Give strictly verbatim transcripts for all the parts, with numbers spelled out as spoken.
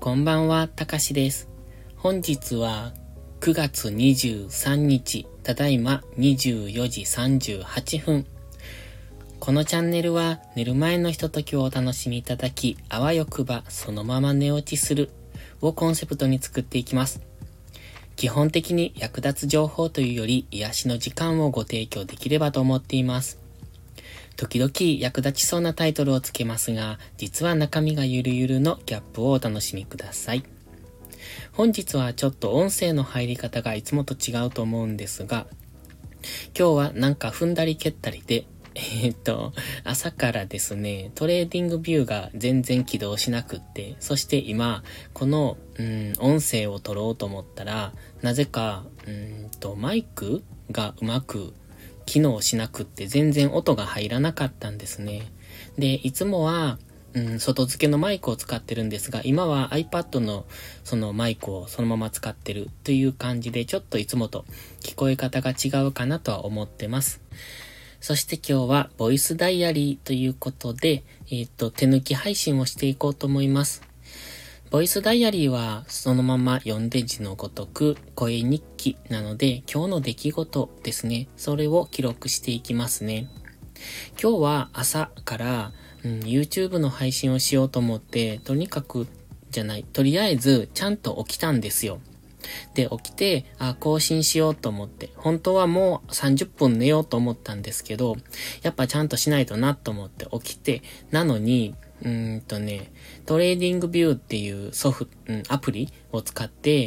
こんばんは、たかしです。本日はくがつにじゅうさんにち、ただいまにじゅうよじさんじゅうはっぷん。このチャンネルは寝る前のひとときをお楽しみいただき、あわよくばそのまま寝落ちするをコンセプトに作っていきます。基本的に役立つ情報というより癒しの時間をご提供できればと思っています。時々役立ちそうなタイトルをつけますが、実は中身がゆるゆるのギャップをお楽しみください。本日はちょっと音声の入り方がいつもと違うと思うんですが、今日はなんか踏んだり蹴ったりで、えー、っと、朝からですね、トレーディングビューが全然起動しなくって、そして今、この、うん、音声を取ろうと思ったら、なぜか、うんと、マイクがうまく機能しなくって全然音が入らなかったんですね。で、いつもは、うん、外付けのマイクを使ってるんですが、今は iPad のそのマイクをそのまま使ってるという感じで、ちょっといつもと聞こえ方が違うかなとは思ってます。そして今日はボイスダイアリーということで、えっと、手抜き配信をしていこうと思います。ボイスダイアリーはそのまま読んで字のごとく声日記なので、今日の出来事ですね。それを記録していきますね。今日は朝から、うん、YouTube の配信をしようと思って、とにかくじゃない、とりあえずちゃんと起きたんですよ。で、起きて、あ、更新しようと思って、本当はもうさんじゅっぷん寝ようと思ったんですけど、やっぱちゃんとしないとなと思って起きて、なのに、うーんとね、トレーディングビューっていうソフト、うん、アプリを使って、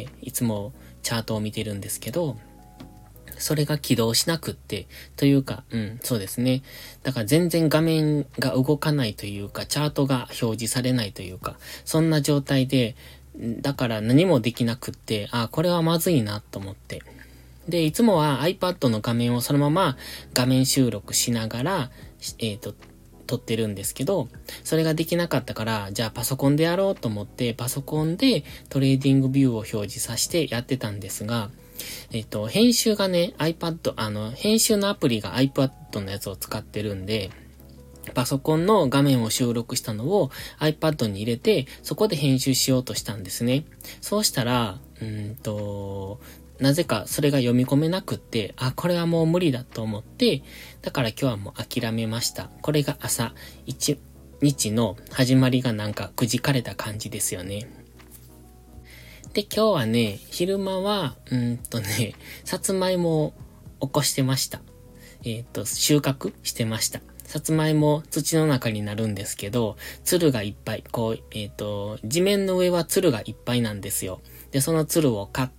いつもチャートを見てるんですけど、それが起動しなくって、というか、うん、そうですね。だから全然画面が動かないというか、チャートが表示されないというか、そんな状態で、だから何もできなくって、あ、これはまずいなと思って。で、いつもは iPad の画面をそのまま画面収録しながら、えっと、撮ってるんですけど、それができなかったから、じゃあパソコンでやろうと思って、パソコンでトレーディングビューを表示させてやってたんですが、えっと、編集がね、iPad、あの、編集のアプリが iPad のやつを使ってるんで、パソコンの画面を収録したのを iPad に入れて、そこで編集しようとしたんですね。そうしたら、うーんと、なぜかそれが読み込めなくって、あ、これはもう無理だと思って、だから今日はもう諦めました。これが朝一日の始まりがなんかくじかれた感じですよね。で、今日はね、昼間は、うーんとね、さつまいもを起こしてました。えっと、収穫してました。さつまいも土の中になるんですけど、つるがいっぱい、こう、えっと、地面の上はつるがいっぱいなんですよ。で、そのつるを買って、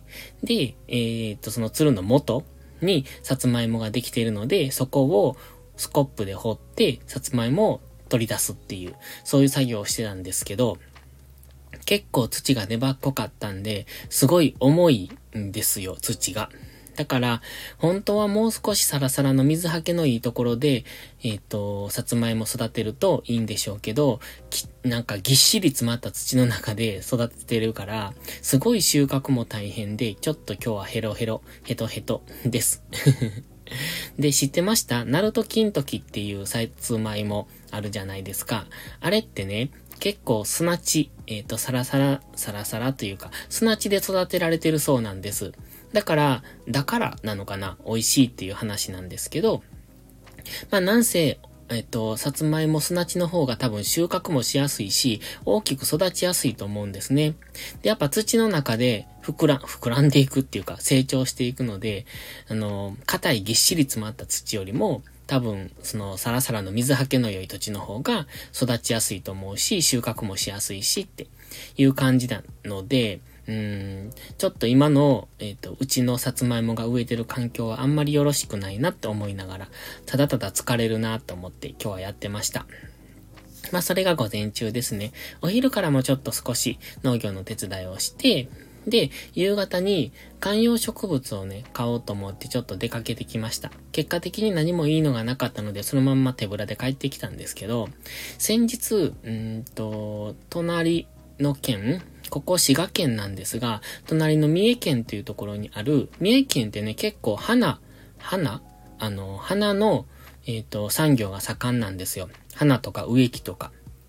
で、えっと、そのつるの元にさつまいもができているので、そこをスコップで掘って、さつまいもを取り出すっていう、そういう作業をしてたんですけど、結構土が粘っこかったんで、すごい重いんですよ、土が。だから、本当はもう少しサラサラの水はけのいいところで、えっと、さつまいも育てるといいんでしょうけど、なんかぎっしり詰まった土の中で育ててるから、すごい収穫も大変で、ちょっと今日はヘロヘロ、ヘトヘトです。で、知ってました？ナルト金時っていうさつまいもあるじゃないですか。あれってね、結構砂地、えっと、サラサラ、サラサラというか、砂地で育てられてるそうなんです。だから、だからなのかな、美味しいっていう話なんですけど、まあなんせ、えっと、さつまいも砂地の方が多分収穫もしやすいし、大きく育ちやすいと思うんですね。で、やっぱ土の中で膨ら、膨らんでいくっていうか、成長していくので、あの、硬いぎっしり詰まった土よりも、多分、その、サラサラの水はけの良い土地の方が育ちやすいと思うし、収穫もしやすいしっていう感じなので、うーん、ちょっと今の、えっと、うちのさつまいもが植えてる環境はあんまりよろしくないなって思いながら、ただただ疲れるなと思って今日はやってました。まあ、それが午前中ですね。お昼からもちょっと少し農業の手伝いをして、で、夕方に観葉植物をね、買おうと思ってちょっと出かけてきました。結果的に何もいいのがなかったので、そのまんま手ぶらで帰ってきたんですけど、先日、うーんと、隣の県、ここ滋賀県なんですが、隣の三重県というところにある、三重県ってね、結構花、花あの、花の、えっと、産業が盛んなんですよ。花とか植木とか。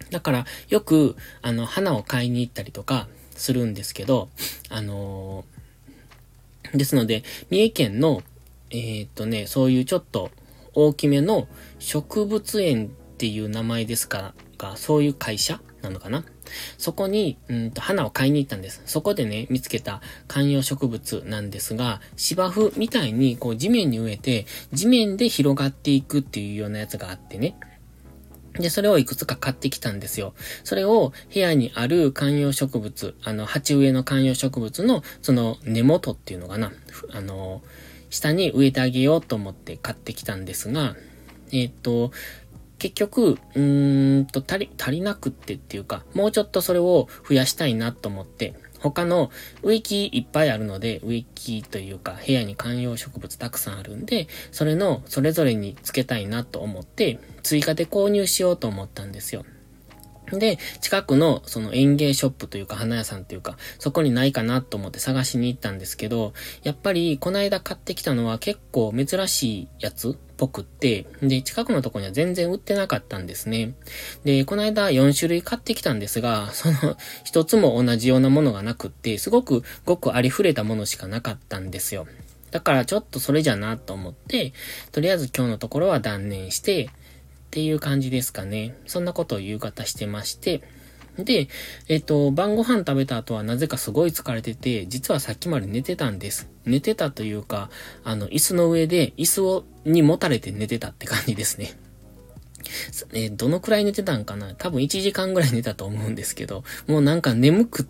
だから、よく、あの、花を買いに行ったりとかするんですけど、あのー、ですので、三重県の、えー、っとね、そういうちょっと大きめの植物園っていう名前ですかが、そういう会社なのかな。そこに、うんと、花を買いに行ったんです。そこでね、見つけた観葉植物なんですが、芝生みたいに、こう、地面に植えて、地面で広がっていくっていうようなやつがあってね。で、それをいくつか買ってきたんですよ。それを部屋にある観葉植物、あの、鉢植えの観葉植物の、その根元っていうのかな。あの、下に植えてあげようと思って買ってきたんですが、えっと、結局、うーんと、足り、足りなくってっていうか、もうちょっとそれを増やしたいなと思って、他の植木いっぱいあるので、植木というか、部屋に観葉植物たくさんあるんで、それのそれぞれにつけたいなと思って、追加で購入しようと思ったんですよ。で、近くのその園芸ショップというか花屋さんというか、そこにないかなと思って探しに行ったんですけど、やっぱりこの間買ってきたのは結構珍しいやつっぽくって、で、近くのところには全然売ってなかったんですね。で、この間よん種類買ってきたんですが、その一つも同じようなものがなくって、すごくごくありふれたものしかなかったんですよ。だからちょっとそれじゃなと思って、とりあえず今日のところは断念して、っていう感じですかね。そんなことを夕方してまして。で、えっと、晩ご飯食べた後はなぜかすごい疲れてて、実はさっきまで寝てたんです。寝てたというか、あの、椅子の上で椅子を、にもたれて寝てたって感じですね。えー、どのくらい寝てたんかな？多分いちじかんぐらい寝たと思うんですけど、もうなんか眠くって、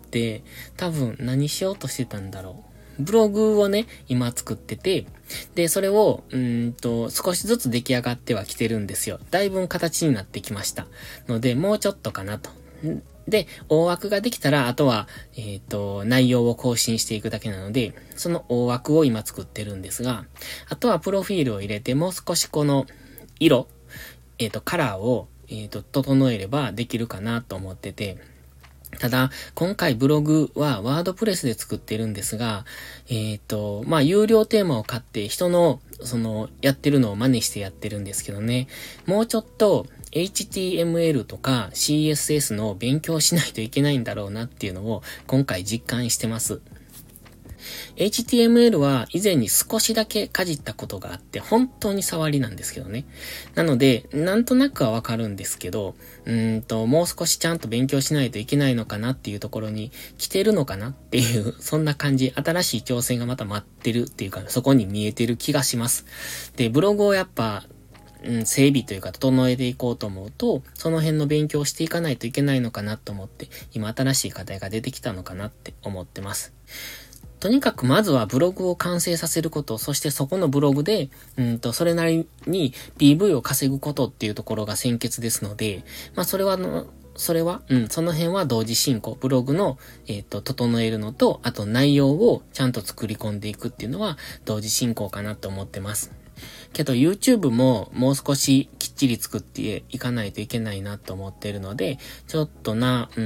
多分何しようとしてたんだろう。ブログをね、今作ってて、で、それを、うーんと、少しずつ出来上がってはきてるんですよ。だいぶ形になってきました。ので、もうちょっとかなと。で、大枠ができたら、あとは、えっと、内容を更新していくだけなので、その大枠を今作ってるんですが、あとはプロフィールを入れて、もう少しこの色、えっと、カラーを、えっと、整えればできるかなと思ってて、ただ、今回ブログはワードプレスで作ってるんですが、えっと、まあ、有料テーマを買って人の、その、やってるのを真似してやってるんですけどね、もうちょっと エイチティーエムエル とか シーエスエス の勉強しないといけないんだろうなっていうのを今回実感してます。エイチティーエムエル は以前に少しだけかじったことがあって、本当に触りなんですけどね。なので、なんとなくはわかるんですけど、うーんと、もう少しちゃんと勉強しないといけないのかなっていうところに来てるのかなっていう、そんな感じ、新しい挑戦がまた待ってるっていうか、そこに見えてる気がします。で、ブログをやっぱ、うん、整備というか整えていこうと思うと、その辺の勉強をしていかないといけないのかなと思って、今新しい課題が出てきたのかなって思ってます。とにかくまずはブログを完成させること、そしてそこのブログで、うんと、それなりに ピーブイ を稼ぐことっていうところが先決ですので、まあそれはの、それは、うん、その辺は同時進行、ブログの、えっと、整えるのと、あと内容をちゃんと作り込んでいくっていうのは同時進行かなと思ってます。けど YouTube ももう少しきっちり作っていかないといけないなと思っているので、ちょっとな、うん、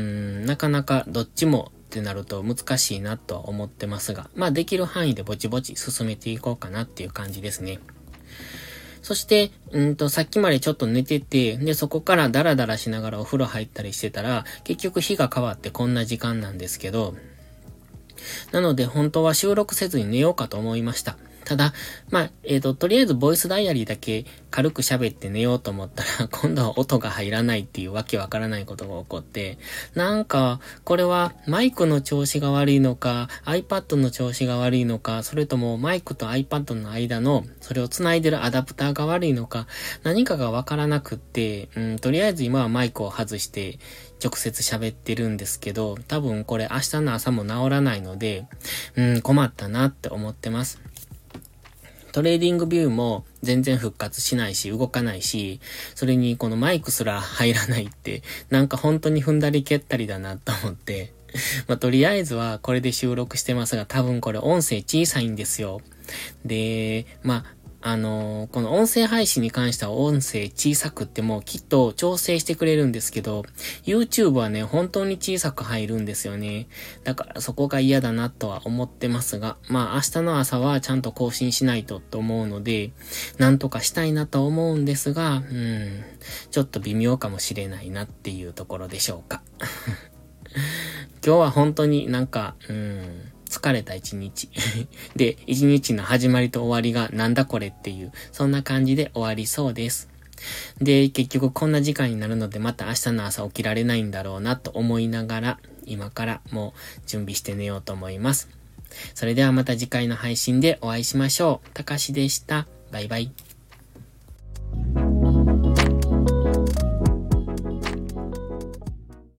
なかなかどっちもってなると難しいなとは思ってますが、まあできる範囲でぼちぼち進めていこうかなっていう感じですね。そして、うんと、さっきまでちょっと寝てて、で、そこからダラダラしながらお風呂入ったりしてたら、結局日が変わってこんな時間なんですけど、なので本当は収録せずに寝ようかと思いました。ただ、まあ、えっと、とりあえずボイスダイアリーだけ軽く喋って寝ようと思ったら、今度は音が入らないっていうわけわからないことが起こって、なんか、これはマイクの調子が悪いのか、iPad の調子が悪いのか、それともマイクと iPad の間の、それを繋いでるアダプターが悪いのか、何かがわからなくって、うん、とりあえず今はマイクを外して、直接喋ってるんですけど、多分これ明日の朝も治らないので、うん、困ったなって思ってます。トレーディングビューも全然復活しないし動かないし、それにこのマイクすら入らないって、なんか本当に踏んだり蹴ったりだなと思って、まあとりあえずはこれで収録してますが、多分これ音声小さいんですよ。で、まああのー、この音声配信に関しては音声小さくってもきっと調整してくれるんですけど、YouTube はね、本当に小さく入るんですよね。だからそこが嫌だなとは思ってますが、まあ明日の朝はちゃんと更新しないとと思うので、なんとかしたいなと思うんですが、うん、ちょっと微妙かもしれないなっていうところでしょうか。今日は本当になんか、うん、疲れた一日。で、一日の始まりと終わりがなんだこれっていう、そんな感じで終わりそうです。で、結局こんな時間になるのでまた明日の朝起きられないんだろうなと思いながら、今からもう準備して寝ようと思います。それではまた次回の配信でお会いしましょう。たかしでした。バイバイ。